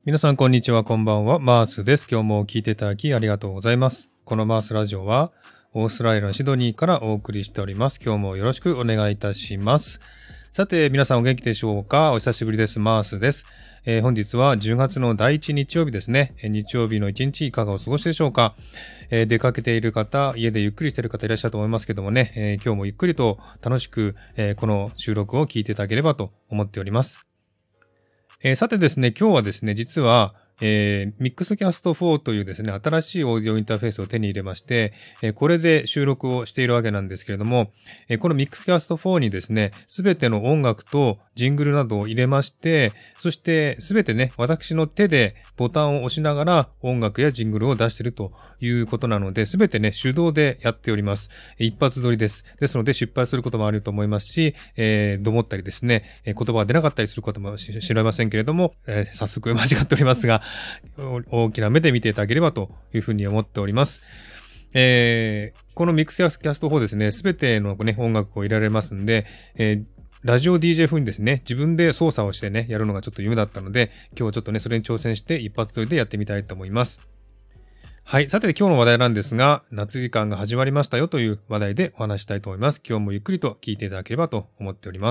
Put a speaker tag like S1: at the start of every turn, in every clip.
S1: 皆さんこんにちは、こんばんは。マースです。今日も聞いていただきありがとうございます。このマースラジオはオーストラリアのシドニーからお送りしております。今日もよろしくお願いいたします。さて、皆さんお元気でしょうか？お久しぶりです。マースです。本日は10月の第1日曜日ですね。日曜日の一日いかがお過ごしでしょうか？出かけている方、家でゆっくりしている方いらっしゃると思いますけどもね、今日もゆっくりと楽しく、この収録を聞いていただければと思っております。さてですね、今日はですね、実は、ミックスキャスト4というですね、新しいオーディオインターフェースを手に入れまして、これで収録をしているわけなんですけれども、このミックスキャスト4にですね、すべての音楽とジングルなどを入れまして、そしてすべてね、私の手でボタンを押しながら音楽やジングルを出しているということなので、すべてね、手動でやっております。一発撮りです。ですので失敗することもあると思いますし、どもったりですね、言葉が出なかったりすることも知られませんけれども、早速間違っておりますが、大きな目で見ていただければというふうに思っております。このミックスキャスト4ですね、すべてのね、音楽を入れられますんで、ラジオ DJ 風にですね、自分で操作をしてね、やるのがちょっと夢だったので、今日はちょっとね、それに挑戦して一発撮りでやってみたいと思います。はい。さて、今日の話題なんですが、夏時間が始まりましたよという話題でお話したいと思います。今日もゆっくりと聞いていただければと思っております。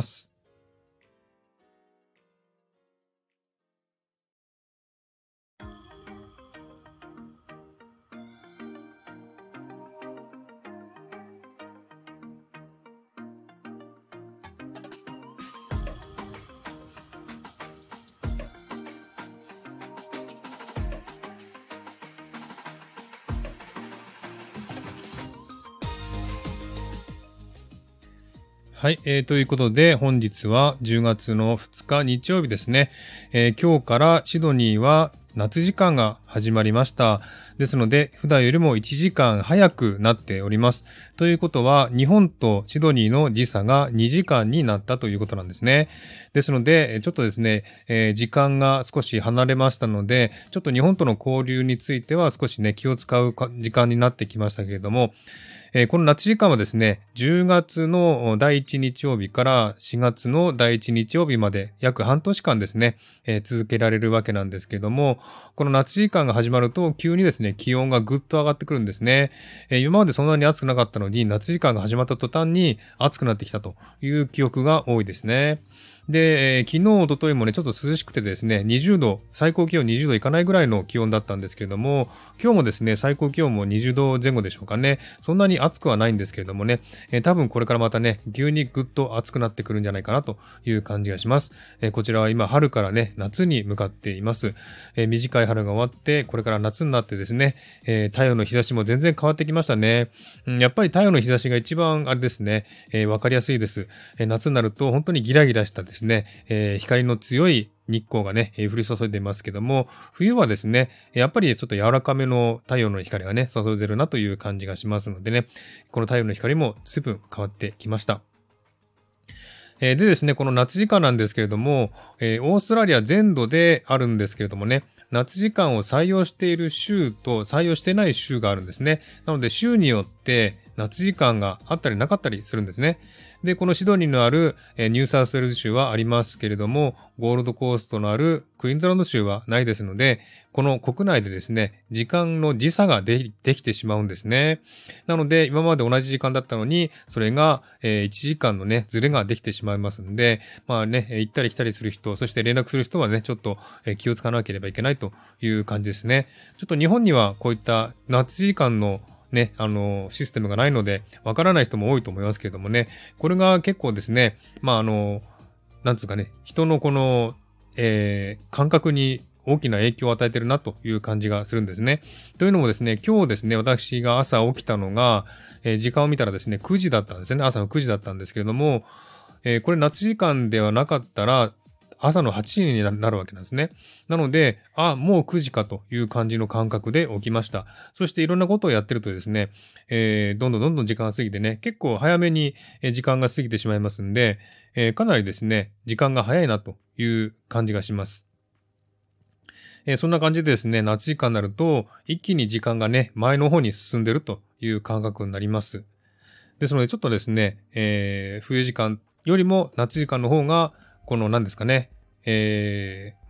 S1: はい、ということで本日は10月の2日日曜日ですね、今日からシドニーは夏時間が始まりました。ですので普段よりも1時間早くなっております。ということは日本とシドニーの時差が2時間になったということなんですね。ですのでちょっとですね、時間が少し離れましたので、ちょっと日本との交流については少しね気を使う時間になってきましたけれども、この夏時間はですね、10月の第1日曜日から4月の第1日曜日まで約半年間ですね、続けられるわけなんですけれども、この夏時間が始まると急にですね、気温がぐっと上がってくるんですね。今までそんなに暑くなかったのに、夏時間が始まった途端に暑くなってきたという記憶が多いですね。で、昨日、一昨日もね、ちょっと涼しくてですね、20度、最高気温20度いかないぐらいの気温だったんですけれども、今日もですね、最高気温も20度前後でしょうかね。そんなに暑くはないんですけれどもね、多分これからまたね、急にぐっと暑くなってくるんじゃないかなという感じがします。こちらは今、春からね、夏に向かっています。短い春が終わって、これから夏になってですね、太陽の日差しも全然変わってきましたね。やっぱり太陽の日差しが一番あれですね、わかりやすいです。夏になると本当にギラギラしたですね、光の強い日光がね、降り注いでいますけども、冬はですね、やっぱりちょっと柔らかめの太陽の光がね、注いでるなという感じがしますのでね、この太陽の光も随分変わってきました。でですね、この夏時間なんですけれども、オーストラリア全土であるんですけれどもね、夏時間を採用している州と採用していない州があるんですね。なので州によって夏時間があったりなかったりするんですね。で、このシドニーのあるニューサウスウェールズ州はありますけれども、ゴールドコーストのあるクイーンズランド州はないですので、この国内でですね、時間の時差ができてしまうんですね。なので、今まで同じ時間だったのに、それが1時間のね、ズレができてしまいますので、まあね、行ったり来たりする人、そして連絡する人はね、ちょっと気をつかなければいけないという感じですね。ちょっと日本にはこういった夏時間のね、システムがないので、わからない人も多いと思いますけれどもね、これが結構ですね、まあなんつうかね、人のこの、感覚に大きな影響を与えているなという感じがするんですね。というのもですね、今日ですね、私が朝起きたのが、時間を見たらですね、9時だったんですね。朝の9時だったんですけれども、これ夏時間ではなかったら、朝の8時になるわけなんですね。なので、もう9時かという感じの感覚で起きました。そしていろんなことをやってるとですね、どんどん時間が過ぎてね、結構早めに時間が過ぎてしまいますんで、かなりですね、時間が早いなという感じがします。そんな感じでですね、夏時間になると、一気に時間がね、前の方に進んでるという感覚になります。ですので、ちょっとですね、冬時間よりも夏時間の方が、この何ですかね、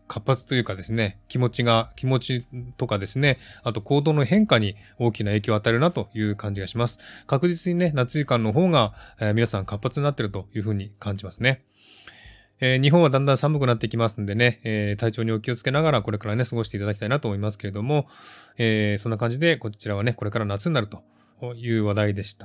S1: 活発というかですね、気持ちとかですね、あと行動の変化に大きな影響を与えるなという感じがします。確実にね、夏時間の方が、皆さん活発になっているというふうに感じますね。日本はだんだん寒くなってきますんでね、体調にお気をつけながらこれからね、過ごしていただきたいなと思いますけれども、そんな感じでこちらはね、これから夏になるという話題でした。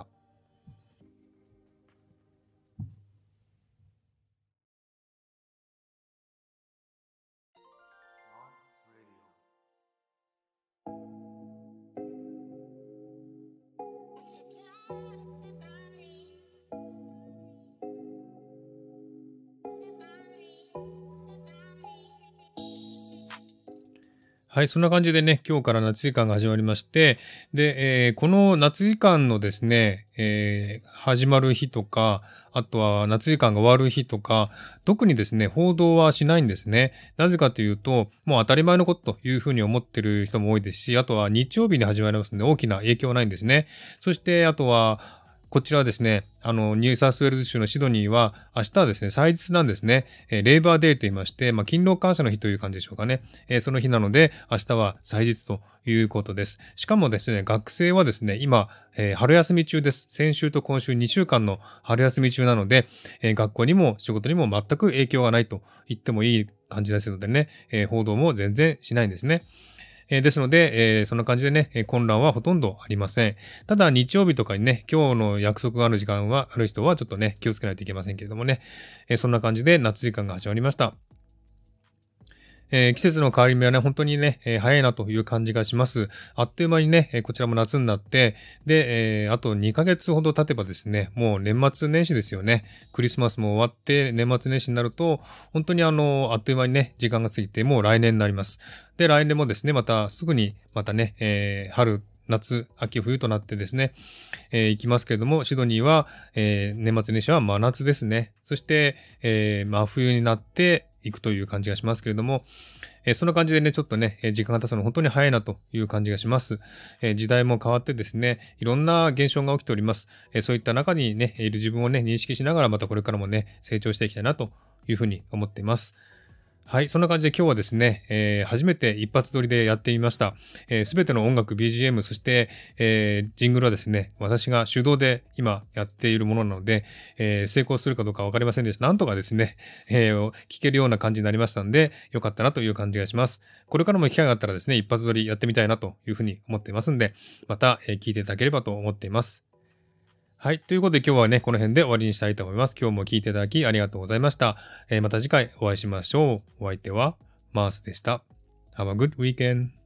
S1: はい、そんな感じでね、今日から夏時間が始まりまして、で、この夏時間のですね、始まる日とか、あとは夏時間が終わる日とか、特にですね、報道はしないんですね。なぜかというと、もう当たり前のことというふうに思ってる人も多いですし、あとは日曜日に始まりますので大きな影響はないんですね。そして、あとは、こちらはですね、ニューサウスウェールズ州のシドニーは、明日はですね、祭日なんですね。レイバーデーと言いまして、勤労感謝の日という感じでしょうかね。その日なので、明日は祭日ということです。しかもですね、学生はですね、今、春休み中です。先週と今週2週間の春休み中なので、学校にも仕事にも全く影響がないと言ってもいい感じですのでね、報道も全然しないんですね。ですので、そんな感じでね、混乱はほとんどありません。ただ、日曜日とかにね、今日の約束がある時間は、ある人はちょっとね、気をつけないといけませんけれどもね、そんな感じで夏時間が始まりました。季節の変わり目はね、本当にね、早いなという感じがします。あっという間にね、こちらも夏になって、で、あと2ヶ月ほど経てばですね、もう年末年始ですよね。クリスマスも終わって、年末年始になると、本当にあっという間にね、時間が過ぎて、もう来年になります。で、来年もですね、またすぐに、またね、春、夏、秋、冬となってですね、行きますけれども、シドニーは、年末年始は真夏ですね。そして、真冬になって行くという感じがしますけれども、そんな感じでね、ちょっとね、時間が経つの本当に早いなという感じがします。時代も変わってですね、いろんな現象が起きております。そういった中にね、いる自分をね、認識しながらまたこれからもね、成長していきたいなというふうに思っています。はい。そんな感じで今日はですね、初めて一発撮りでやってみました。すべての音楽、BGM、そして、ジングルはですね、私が手動で今やっているものなので、成功するかどうかわかりませんでした。なんとかですね、聞けるような感じになりましたので、よかったなという感じがします。これからも機会があったらですね、一発撮りやってみたいなというふうに思っていますんで、また、聞いていただければと思っています。はい。ということで今日はね、この辺で終わりにしたいと思います。今日も聞いていただきありがとうございました。また次回お会いしましょう。お相手はマースでした。Have a good weekend.